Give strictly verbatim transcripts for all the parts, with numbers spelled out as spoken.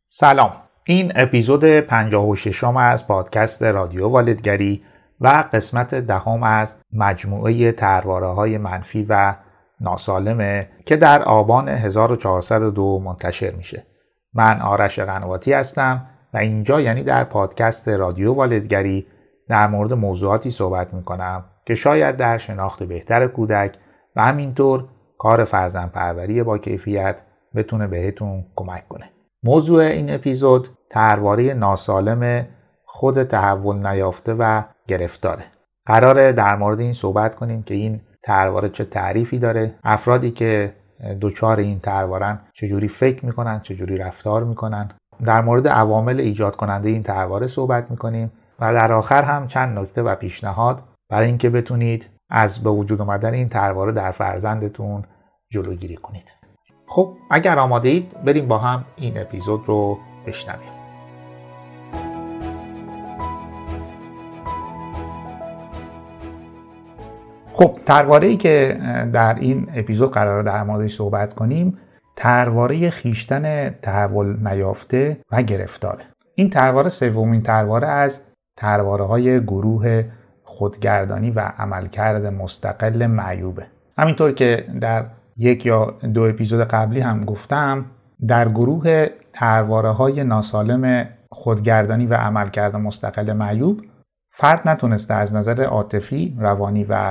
سلام، این اپیزود پنجاه و ششم از پادکست رادیو والدگری و قسمت دهم از مجموعه طرحواره‌های منفی و ناسالمه که در آبان هزار و چهارصد و دو منتشر میشه. من آرش قنواتی هستم و اینجا یعنی در پادکست رادیو والدگری در مورد موضوعاتی صحبت میکنم که شاید در شناخت بهتر کودک و همینطور کار فرزندپروری با کیفیت بتونه بهتون کمک کنه. موضوع این اپیزود طرحواره ناسالم خود تحول نیافته و گرفتاره. قراره در مورد این صحبت کنیم که این طرحواره چه تعریفی داره، افرادی که دچار این طرحواره‌ان چجوری فکر میکنن، چجوری رفتار میکنن. در مورد عوامل ایجاد کننده این طرحواره صحبت میکنیم و در آخر هم چند نکته و پیشنهاد برای اینکه بتونید از به وجود آمدن این طرحواره در فرزندتون جلوگیری کنید. خب اگر آماده اید بریم با هم این اپیزود رو بشنویم. خب طرحواره‌ای که در این اپیزود قراره در موردش صحبت کنیم طرحواره خویشتن تحول نیافته و گرفتاره. این طرحواره سومین طرحواره از طرحواره‌های گروه خودگردانی و عملکرد مستقل معیوبه. همینطور که در یک یا دو اپیزود قبلی هم گفتم، در گروه طرحواره‌های ناسالم خودگردانی و عملکرد مستقل معیوب فرد نتونسته از نظر عاطفی، روانی و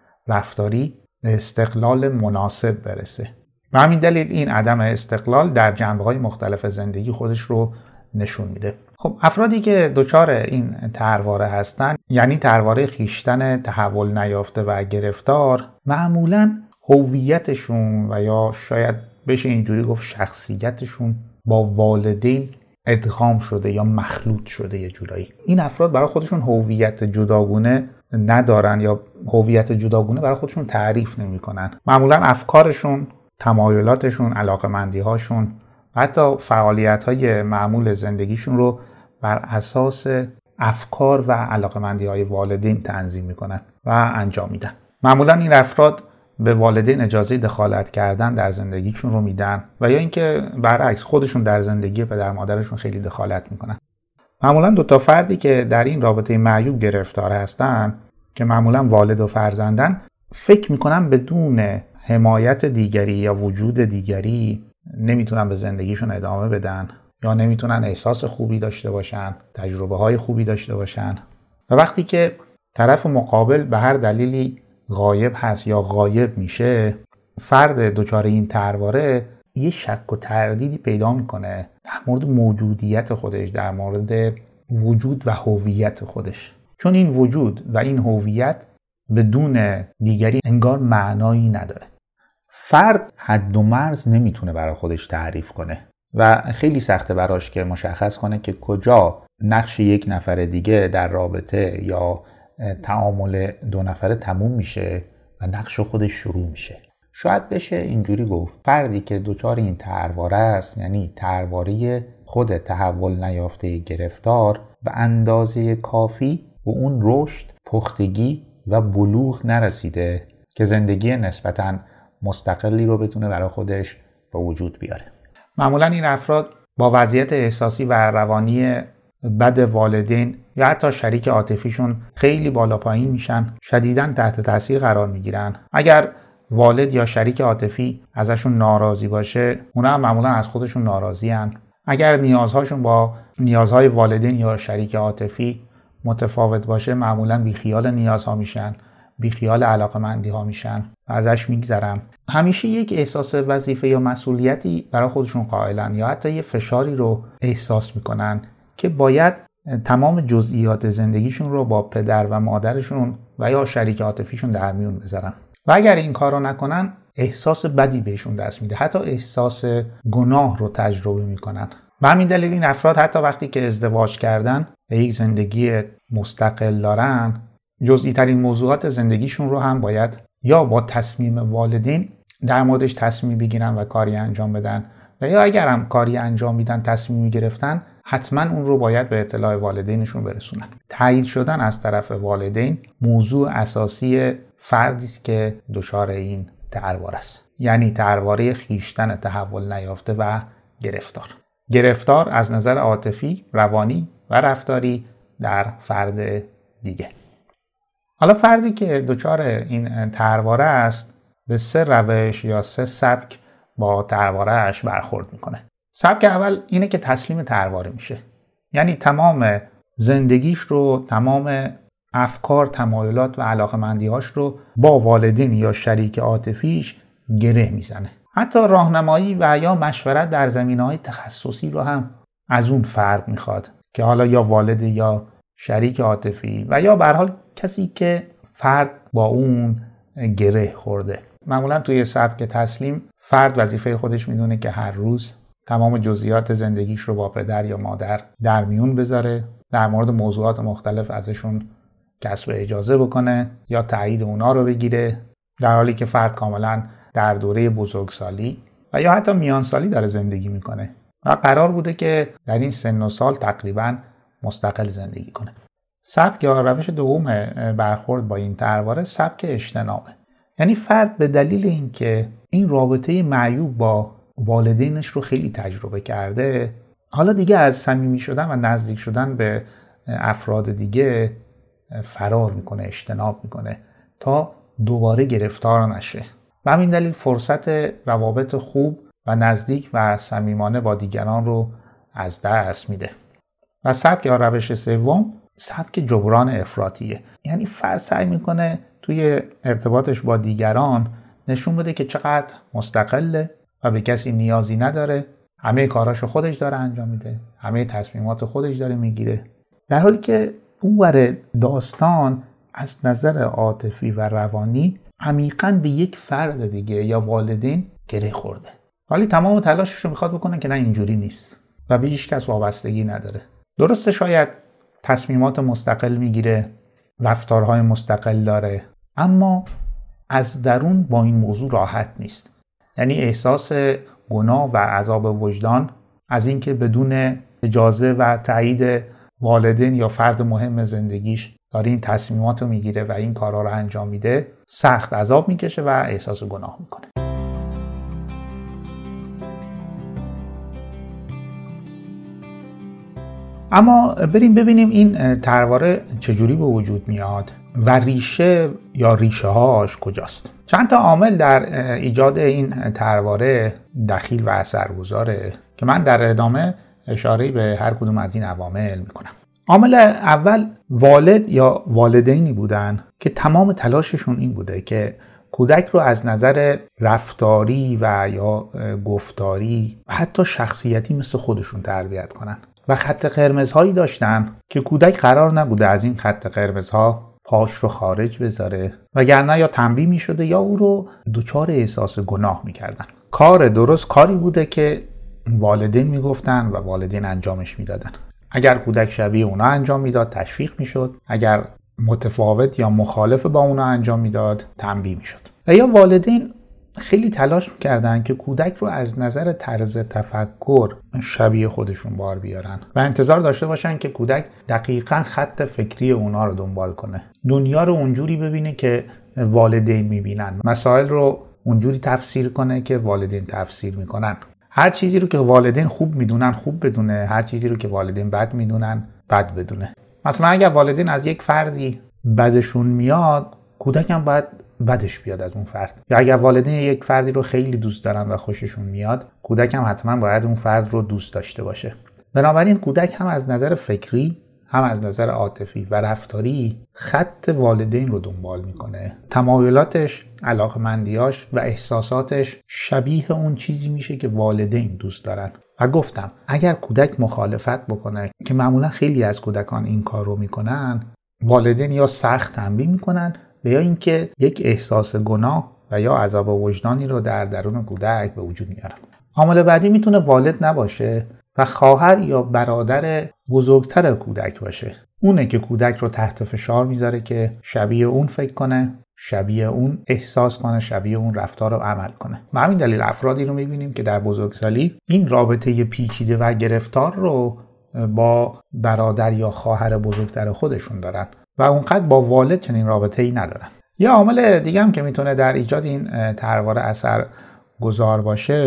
رفتاری به استقلال مناسب برسه. و همین دلیل این عدم استقلال در جنبه‌های مختلف زندگی خودش رو نشون میده. خب افرادی که دچار این طرحواره هستن، یعنی طرحواره خویشتن تحول نیافته و گرفتار، معمولاً هویتشون و یا شاید بشه اینجوری گفت شخصیتشون با والدین ادغام شده یا مخلوط شده یه جورایی. این افراد برای خودشون هویت جداگونه ندارن یا هویت جداگونه برای خودشون تعریف نمی‌کنن. معمولاً افکارشون، تمایلاتشون، علاقه‌مندی‌هاشون و حتی فعالیت‌های معمول زندگیشون رو بر اساس افکار و علاقه‌مندی‌های والدین تنظیم می‌کنن و انجام میدن. معمولاً این افراد به والدین اجازه دخالت کردن در زندگیشون رو میدن و یا اینکه برعکس خودشون در زندگی پدر مادرشون خیلی دخالت میکنن. معمولا دو تا فردی که در این رابطه معیوب گرفتار هستن که معمولا والد و فرزندن فکر میکنن بدون حمایت دیگری یا وجود دیگری نمیتونن به زندگیشون ادامه بدن یا نمیتونن احساس خوبی داشته باشن، تجربه های خوبی داشته باشن و وقتی که طرف مقابل به هر دلیلی غایب هست یا غایب میشه، فرد دچار این طرحواره یه شک و تردیدی پیدا میکنه در مورد موجودیت خودش، در مورد وجود و هویت خودش، چون این وجود و این هویت بدون دیگری انگار معنایی نداره. فرد حد و مرز نمیتونه برای خودش تعریف کنه و خیلی سخته براش که مشخص کنه که کجا نقش یک نفر دیگه در رابطه یا تعامل دو نفره تموم میشه و نقش خودش شروع میشه. شاید بشه اینجوری گفت فردی که دچار این طرحواره است، یعنی طرحواره خود تحول نیافته گرفتار، به اندازه کافی به اون رشد، پختگی و بلوغ نرسیده که زندگی نسبتاً مستقلی رو بتونه برای خودش به وجود بیاره. معمولاً این افراد با وضعیت احساسی و روانی بد والدین یا حتی شریک عاطفیشون خیلی بالا پایین میشن، شدیداً تحت تاثیر قرار میگیرن. اگر والد یا شریک عاطفی ازشون ناراضی باشه، اونا هم معمولاً از خودشون ناراضی هن. اگر نیازهاشون با نیازهای والدین یا شریک عاطفی متفاوت باشه، معمولاً بیخیال نیازها میشن، بیخیال علاقمندی ها میشن و ازش میگذرن. همیشه یک احساس وظیفه یا مسئولیتی برای خودشون قائلن یا حتی یه فشاری رو احساس میکنن که باید تمام جزئیات زندگیشون رو با پدر و مادرشون و یا شریک عاطفیشون در میون بذارن و اگر این کار رو نکنن احساس بدی بهشون دست میده، حتی احساس گناه رو تجربه میکنن. و همین دلیل این افراد حتی وقتی که ازدواج کردن و یک زندگی مستقل دارن، جزئی ترین موضوعات زندگیشون رو هم باید یا با تصمیم والدین در موردش تصمیم بگیرن و کاری انجام بدن و یا اگر هم کاری انجام میدن، تصمیمی گرفتن، حتما اون رو باید به اطلاع والدینشون برسونن. تایید شدن از طرف والدین موضوع اساسی فردی است که دچار این طرحواره است، یعنی طرحواره خویشتن تحول نیافته و گرفتار. گرفتار از نظر عاطفی، روانی و رفتاری در فرد دیگه. حالا فردی که دچار این طرواره است به سه روش یا سه سبک با طرواره‌اش برخورد میکنه. سبک اول اینه که تسلیم طرواره میشه. یعنی تمام زندگیش رو، تمام افکار، تمایلات و علاقه‌مندی‌هاش رو با والدین یا شریک عاطفیش گره میزنه. حتی راهنمایی و یا مشورت در زمینه‌های تخصصی رو هم از اون فرد میخواد که حالا یا والد یا شریک عاطفی و یا به هر حال کسی که فرد با اون گره خورده. معمولا توی سبک تسلیم فرد وظیفه خودش میدونه که هر روز تمام جزئیات زندگیش رو با پدر یا مادر در میون بذاره، در مورد موضوعات مختلف ازشون کسب اجازه بکنه یا تایید اونا رو بگیره، در حالی که فرد کاملا در دوره بزرگسالی و یا حتی میانسالی داره زندگی میکنه و قرار بوده که در این سن و سال تقریبا مستقل زندگی کنه. سبک یا روش دوم برخورد با این طرواره سبک اجتنابه. یعنی فرد به دلیل اینکه این رابطه معیوب با والدینش رو خیلی تجربه کرده، حالا دیگه از صمیمی شدن و نزدیک شدن به افراد دیگه فرار میکنه، اجتناب میکنه تا دوباره گرفتار نشه. و همین دلیل فرصت روابط خوب و نزدیک و صمیمانه با دیگران رو از دست میده. و سبک یا روش سوم سبک جبران افراطیه. یعنی فرد سعی میکنه توی ارتباطش با دیگران نشون بده که چقدر مستقله و به کسی نیازی نداره، همه کاراشو خودش داره انجام میده، همه تصمیمات خودش داره میگیره، در حالی که اونور داستان از نظر عاطفی و روانی عمیقاً به یک فرد دیگه یا والدین گره خورده. ولی تمام تلاشش رو میخواد بکنه که نه، اینجوری نیست و به هیچ کس وابستگی نداره. درسته شاید تصمیمات مستقل میگیره، رفتارهای مستقل داره، اما از درون با این موضوع راحت نیست. یعنی احساس گناه و عذاب وجدان از اینکه بدون اجازه و تایید والدین یا فرد مهم زندگیش داره این تصمیمات رو میگیره و این کارها رو انجام میده، سخت عذاب میکشه و احساس گناه میکنه. اما بریم ببینیم این طرواره چجوری به وجود میاد و ریشه یا ریشه هاش کجاست. چند تا عامل در ایجاد این طرواره دخیل و اثرگذاره که من در ادامه اشاره به هر کدوم از این عوامل میکنم. عامل اول والد یا والدینی بودن که تمام تلاششون این بوده که کودک رو از نظر رفتاری و یا گفتاری و حتی شخصیتی مثل خودشون تربیت کنن و خط قرمزهایی داشتن که کودک قرار نبوده از این خط قرمزها پاش رو خارج بذاره، وگرنه یا تنبیه می شده یا او رو دچار احساس گناه می کردن. کار درست کاری بوده که والدین می گفتن و والدین انجامش می دادن. اگر کودک شبیه اونا انجام میداد تشویق می شد، اگر متفاوت یا مخالف با اونا انجام میداد تنبیه می شد. و یا والدین خیلی تلاش میکردن که کودک رو از نظر طرز تفکر شبیه خودشون بار بیارن و انتظار داشته باشن که کودک دقیقاً خط فکری اونا رو دنبال کنه، دنیا رو اونجوری ببینه که والدین میبینن، مسائل رو اونجوری تفسیر کنه که والدین تفسیر میکنن، هر چیزی رو که والدین خوب میدونن خوب بدونه، هر چیزی رو که والدین بد میدونن بد بدونه. مثلا اگر والدین از یک فردی بدشون میاد، کودک هم باید بدش بیاد از اون فرد. یا اگر والدین یک فردی رو خیلی دوست دارن و خوششون میاد، کودک هم حتما باید اون فرد رو دوست داشته باشه. بنابراین کودک هم از نظر فکری، هم از نظر عاطفی و رفتاری خط والدین رو دنبال میکنه. تمایلاتش، علاقمندیاش و احساساتش شبیه اون چیزی میشه که والدین دوست دارن. و گفتم اگر کودک مخالفت بکنه، که معمولا خیلی از کودکان این کار رو میکنن، والدین یا سخت تنبیه میکنن و یا اینکه یک احساس گناه و یا عذاب وجدانی رو در درون کودک به وجود میارن. عامل بعدی میتونه والد نباشه و خواهر یا برادر بزرگتر کودک باشه. اونه که کودک رو تحت فشار میذاره که شبیه اون فکر کنه، شبیه اون احساس کنه، شبیه اون رفتار رو عمل کنه. به همین دلیل افرادی رو میبینیم که در بزرگسالی این رابطه پیچیده و گرفتار رو با برادر یا خواهر بزرگتر خودشون دارن و اونقدر با والد چنین رابطه‌ای ندارن. یه عامل دیگه هم که میتونه در ایجاد این طرواره اثر گذار باشه،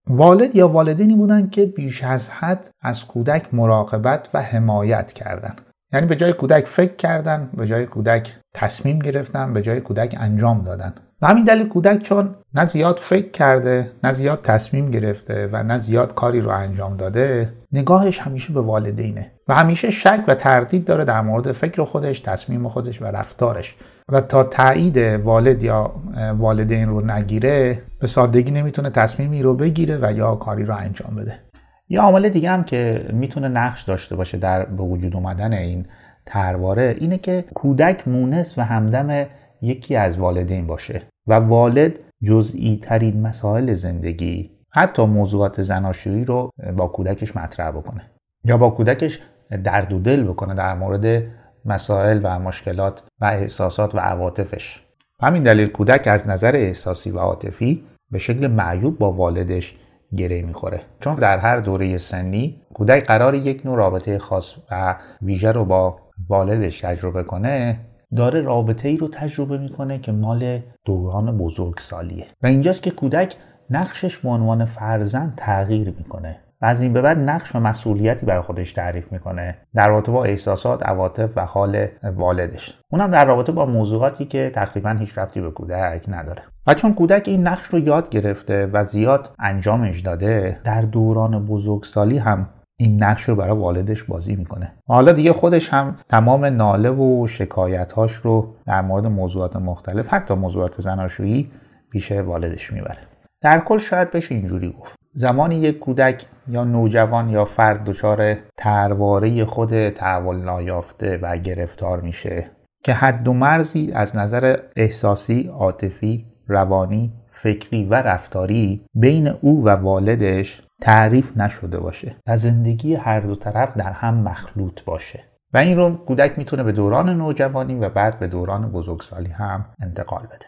والد یا والدینی بودن که بیش از حد از کودک مراقبت و حمایت کردن. یعنی به جای کودک فکر کردن، به جای کودک تصمیم گرفتن، به جای کودک انجام دادن. و همین دلیل کودک چون نه زیاد فکر کرده، نه زیاد تصمیم گرفته و نه زیاد کاری رو انجام داده، نگاهش همیشه به والدینه و همیشه شک و تردید داره در مورد فکر خودش، تصمیم خودش و رفتارش. و تا تایید والد یا والدین رو نگیره، به سادگی نمیتونه تصمیمی رو بگیره و یا کاری رو انجام بده. یه عامل دیگه هم که میتونه نقش داشته باشه در به وجود اومدن این طرحواره اینه که کودک مونس و همدم یکی از والدین باشه و والد جزئی ترین مسائل زندگی، حتی موضوعات زناشویی رو با کودکش مطرح بکنه یا با کودکش درد و دل بکنه در مورد مسائل و مشکلات و احساسات و عواطفش. همین دلیل کودک از نظر احساسی و عاطفی به شکل معیوب با والدش گره میخوره، چون در هر دوره سنی کودک قرار یک نوع رابطه خاص و ویژه رو با والدش تجربه کنه، داره رابطه ای رو تجربه میکنه که مال دوران بزرگسالیه و اینجاست که کودک نقشش به عنوان فرزند تغییر میکنه و از این به بعد نقش و مسئولیتی برای خودش تعریف میکنه در رابطه با احساسات، عواطف و حال والدش، اونم در رابطه با موضوعاتی که تقریبا هیچ ربطی به کودک نداره. و چون کودک این نقش رو یاد گرفته و زیاد انجامش داده، در دوران بزرگسالی هم این نقش رو برای والدش بازی میکنه. حالا دیگه خودش هم تمام ناله و شکایت‌هاش رو در مورد موضوعات مختلف، حتی موضوعات زناشویی، پیش والدش میبره. در کل شاید بشه اینجوری گفت زمانی یک کودک یا نوجوان یا فرد دچار طرحواره خود تحول نایافته و گرفتار میشه که حد و مرزی از نظر احساسی، عاطفی، روانی، فکری و رفتاری بین او و والدش تعریف نشده باشه و زندگی هر دو طرف در هم مخلوط باشه و این رو کودک میتونه به دوران نوجوانی و بعد به دوران بزرگسالی هم انتقال بده.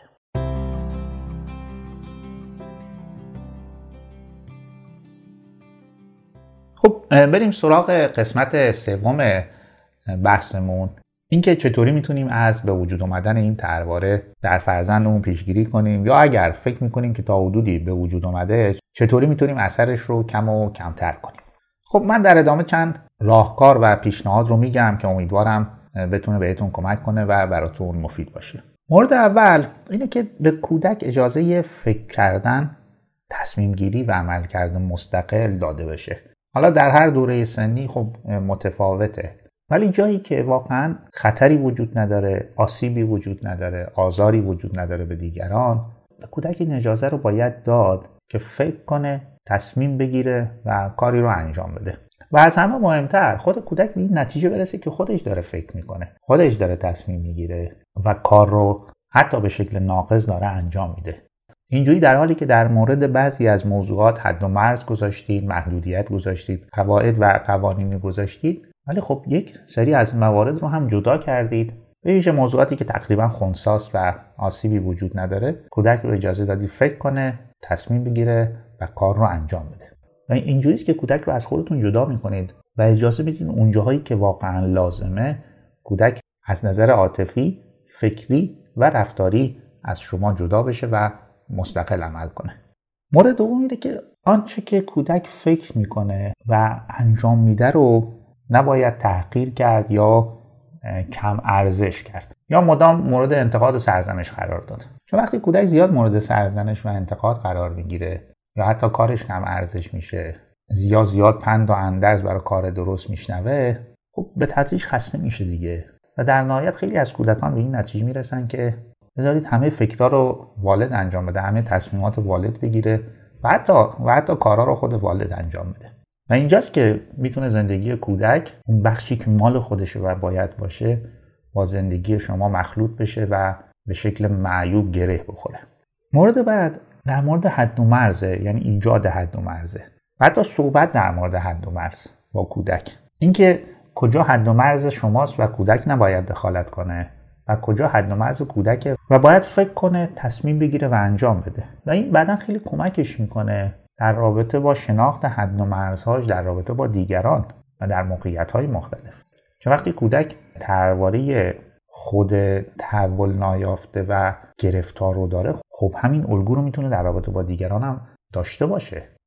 خب بریم سراغ قسمت سوم بحثمون، اینکه چطوری میتونیم از به وجود آمدن این طرحواره در فرزندمون پیشگیری کنیم یا اگر فکر میکنیم که تا حدودی به وجود اومده چطوری میتونیم اثرش رو کم و کمتر کنیم. خب من در ادامه چند راهکار و پیشنهاد رو میگم که امیدوارم بتونه بهتون کمک کنه و براتون مفید باشه. مورد اول اینه که به کودک اجازه فکر کردن، تصمیم گیری و عمل کردن مستقل داده بشه. حالا در هر دوره سنی خب متفاوته، ولی جایی که واقعا خطری وجود نداره، آسیبی وجود نداره، آزاری وجود نداره به دیگران، به کودک این اجازه رو باید داد که فکر کنه، تصمیم بگیره و کاری رو انجام بده. و از همه مهمتر خود کودک به این نتیجه برسه که خودش داره فکر میکنه، خودش داره تصمیم میگیره و کار رو حتی به شکل ناقص داره انجام میده. اینجوری در حالی که در مورد بعضی از موضوعات حد و مرز گذاشتید، محدودیت گذاشتید، قواعد و قوانینی گذاشتید، ولی خب یک سری از موارد رو هم جدا کردید. به ویژه موضوعاتی که تقریبا خنثی‌است و آسیبی وجود نداره، کودک رو اجازه دادید فکر کنه، تصمیم بگیره و کار رو انجام بده. و اینجوری است که کودک رو از خودتون جدا می‌کنید و اجازه میدید اون جاهایی که واقعا لازمه کودک از نظر عاطفی، فکری و رفتاری از شما جدا بشه و مستقل عمل کنه. مورد دوم اینه که آنچه که کودک فکر میکنه و انجام میده رو نباید تحقیر کرد یا کم ارزش کرد یا مدام مورد انتقاد و سرزنش قرار داد. چون وقتی کودک زیاد مورد سرزنش و انتقاد قرار میگیره یا حتی کارش کم ارزش میشه، زیاد زیاد پند و اندرز برای کار درست میشنوه، خب به تدریج خسته میشه دیگه و در نهایت خیلی از کودکان به این نتیجه میرسن که بذارید همه فکرها رو والد انجام بده، همه تصمیمات والد بگیره و حتی و حتی کارا رو خود والد انجام بده. و اینجاست که میتونه زندگی کودک، اون بخشی که مال خودشه و باید باشه، با زندگی شما مخلوط بشه و به شکل معیوب گره بخوره. مورد بعد در مورد حد و مرزه، یعنی ایجاد حد و مرزه و حتی صحبت در مورد حد و مرز با کودک. اینکه کجا حد و مرز شماست و کودک نباید دخالت کنه و کجا حد و مرز کودک و باید فکر کنه، تصمیم بگیره و انجام بده. و این بعداً خیلی کمکش میکنه در رابطه با شناخت حد و مرزهاش در رابطه با دیگران و در موقعیت‌های مختلف. چون وقتی کودک طرحواره خود تحول نایافته و گرفتار رو داره، خب همین الگو رو میتونه در رابطه با دیگران هم داشته باشه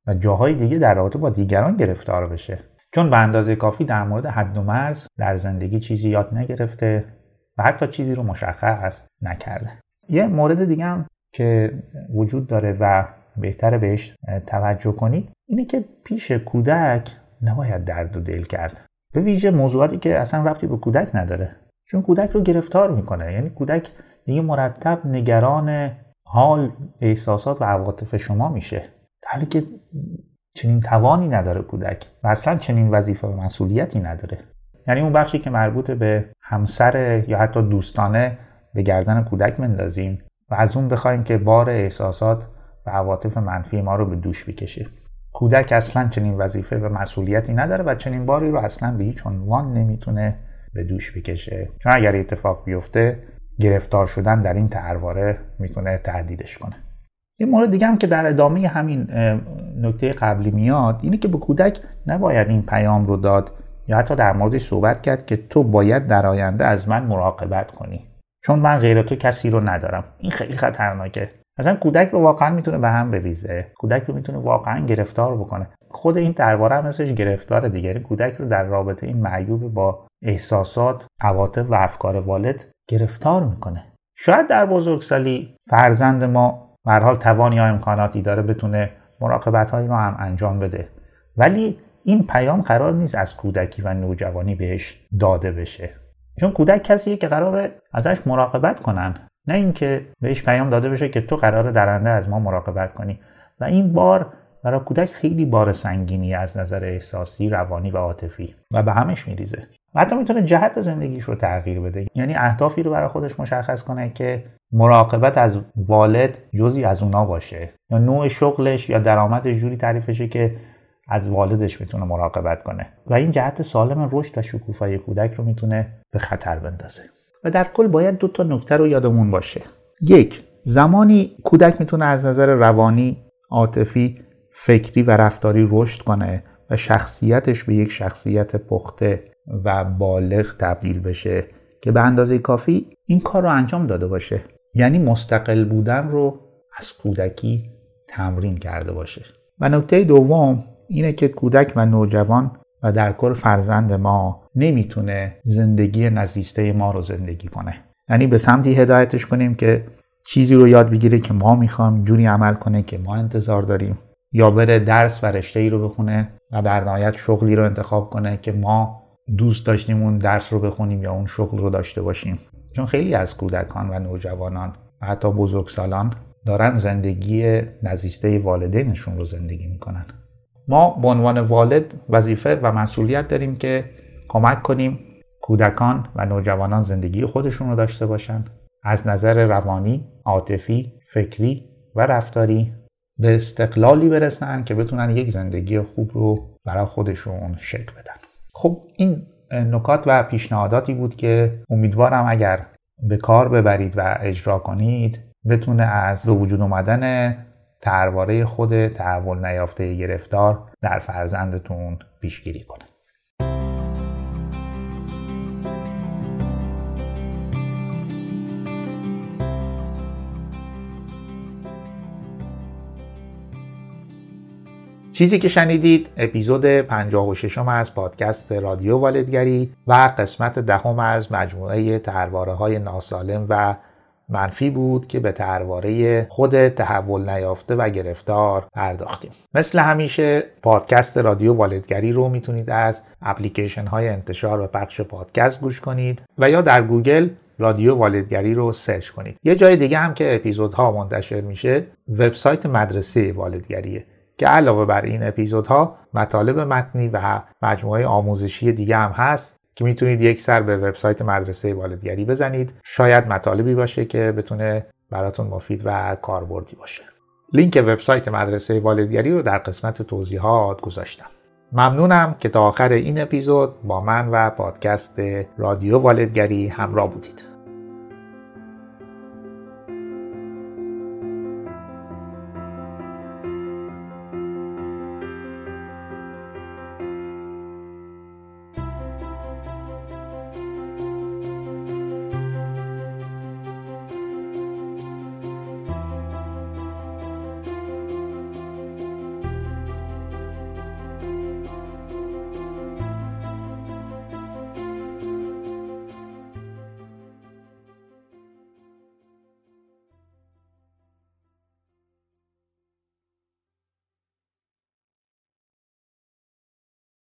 و جاهای دیگه در رابطه با دیگران گرفتار بشه، چون به اندازه کافی در مورد حد و مرز در زندگی چیزی یاد نگرفته و حتی چیزی رو مشخص نکرده. یه مورد دیگه هم که وجود داره و بهتره بهش توجه کنید اینه که پیش کودک نباید درد و دل کرد، به ویژه موضوعاتی که اصلا ربطی به کودک نداره، چون کودک رو گرفتار میکنه. یعنی کودک دیگه مرتب نگران حال، احساسات و عواطف شما میشه، در حالی که چنین توانی نداره کودک و اصلا چنین وظیفه و مسئولیتی نداره. یعنی اون بخشی که مربوط به همسر یا حتی دوستانه به گردن کودک مندازیم و از اون بخوایم که بار احساسات و عواطف منفی ما رو به دوش بکشه. کودک اصلا چنین وظیفه و مسئولیتی نداره و چنین باری رو اصلا به هیچ عنوان نمیتونه به دوش بکشه، چون اگر اتفاق بیفته گرفتار شدن در این طرحواره میتونه تهدیدش کنه. یه مورد دیگه هم که در ادامه همین نکته قبلی میاد اینه که به کودک نباید این پیام رو داد یا حتی در موردش صحبت کرد که تو باید در آینده از من مراقبت کنی، چون من غیر تو کسی رو ندارم. این خیلی خطرناکه. اصلا کودک رو واقعا میتونه به هم بریزه، کودک رو میتونه واقعا گرفتار بکنه. خود این طرحواره هم مثلش گرفتار دیگه، کودک رو در رابطه این معیوب با احساسات، عواطف و افکار والد گرفتار میکنه. شاید در بزرگسالی فرزند ما به هر حال توانی یا امکاناتی داره بتونه مراقبت‌هایی رو هم انجام بده، ولی این پیام قرار نیست از کودکی و نوجوانی بهش داده بشه، چون کودک کسیه که قراره ازش مراقبت کنن، نه اینکه بهش پیام داده بشه که تو قراره در آینده از ما مراقبت کنی. و این بار برای کودک خیلی بار سنگینی از نظر احساسی، روانی و عاطفی و به همش میریزه. و حتی میتونه جهت زندگیش رو تغییر بده، یعنی اهدافی رو برای خودش مشخص کنه که مراقبت از والد جزئی از اونا باشه، یا نوع شغلش یا درآمدش جوری تعریف بشه که از والدش میتونه مراقبت کنه و این جهت سالم رشد و شکوفایی کودک رو میتونه به خطر بندازه. و در کل باید دو تا نکته رو یادمون باشه. یک، زمانی کودک میتونه از نظر روانی، عاطفی، فکری و رفتاری رشد کنه و شخصیتش به یک شخصیت پخته و بالغ تبدیل بشه که به اندازه کافی این کار رو انجام داده باشه، یعنی مستقل بودن رو از کودکی تمرین کرده باشه. و نکته دوم اینه که کودک و نوجوان و در کل فرزند ما نمیتونه زندگی نزیسته ما رو زندگی کنه، یعنی به سمتی هدایتش کنیم که چیزی رو یاد بگیره که ما میخوایم، جوری عمل کنه که ما انتظار داریم، یا بره درس و رشته‌ای رو بخونه و در نهایت شغلی رو انتخاب کنه که ما دوست داشتیم اون درس رو بخونیم یا اون شغل رو داشته باشیم. چون خیلی از کودکان و نوجوانان و حتی بزرگسالان دارن زندگی نزیسته والدینشون رو زندگی میکنن. ما به عنوان والد وظیفه و مسئولیت داریم که کمک کنیم کودکان و نوجوانان زندگی خودشون رو داشته باشن، از نظر روانی، عاطفی، فکری و رفتاری به استقلالی برسن که بتونن یک زندگی خوب رو برای خودشون شکل بدن. خب این نکات و پیشنهاداتی بود که امیدوارم اگر به کار ببرید و اجرا کنید بتونه از به وجود اومدن طرحواره خود تحول نیافته گرفتار در فرزندتون پیشگیری کنه. چیزی که شنیدید اپیزود پنجاه و ششم از پادکست رادیو والدگری و قسمت دهم از مجموعه طرحواره‌های ناسالم و منفی بود که به طرحواره خود تحول نیافته و گرفتار پرداختیم. مثل همیشه پادکست رادیو والدگری رو میتونید از اپلیکیشن های انتشار و پخش پادکست گوش کنید و یا در گوگل رادیو والدگری رو سرچ کنید. یه جای دیگه هم که اپیزودها منتشر میشه وبسایت مدرسه والدگریه که علاوه بر این اپیزودها مطالب متنی و مجموعه آموزشی دیگه هم هست که میتونید یک سر به وبسایت مدرسه والدگری بزنید. شاید مطالبی باشه که بتونه براتون مفید و کاربردی باشه. لینک وبسایت مدرسه والدگری رو در قسمت توضیحات گذاشتم. ممنونم که تا آخر این اپیزود با من و پادکست رادیو والدگری همراه بودید.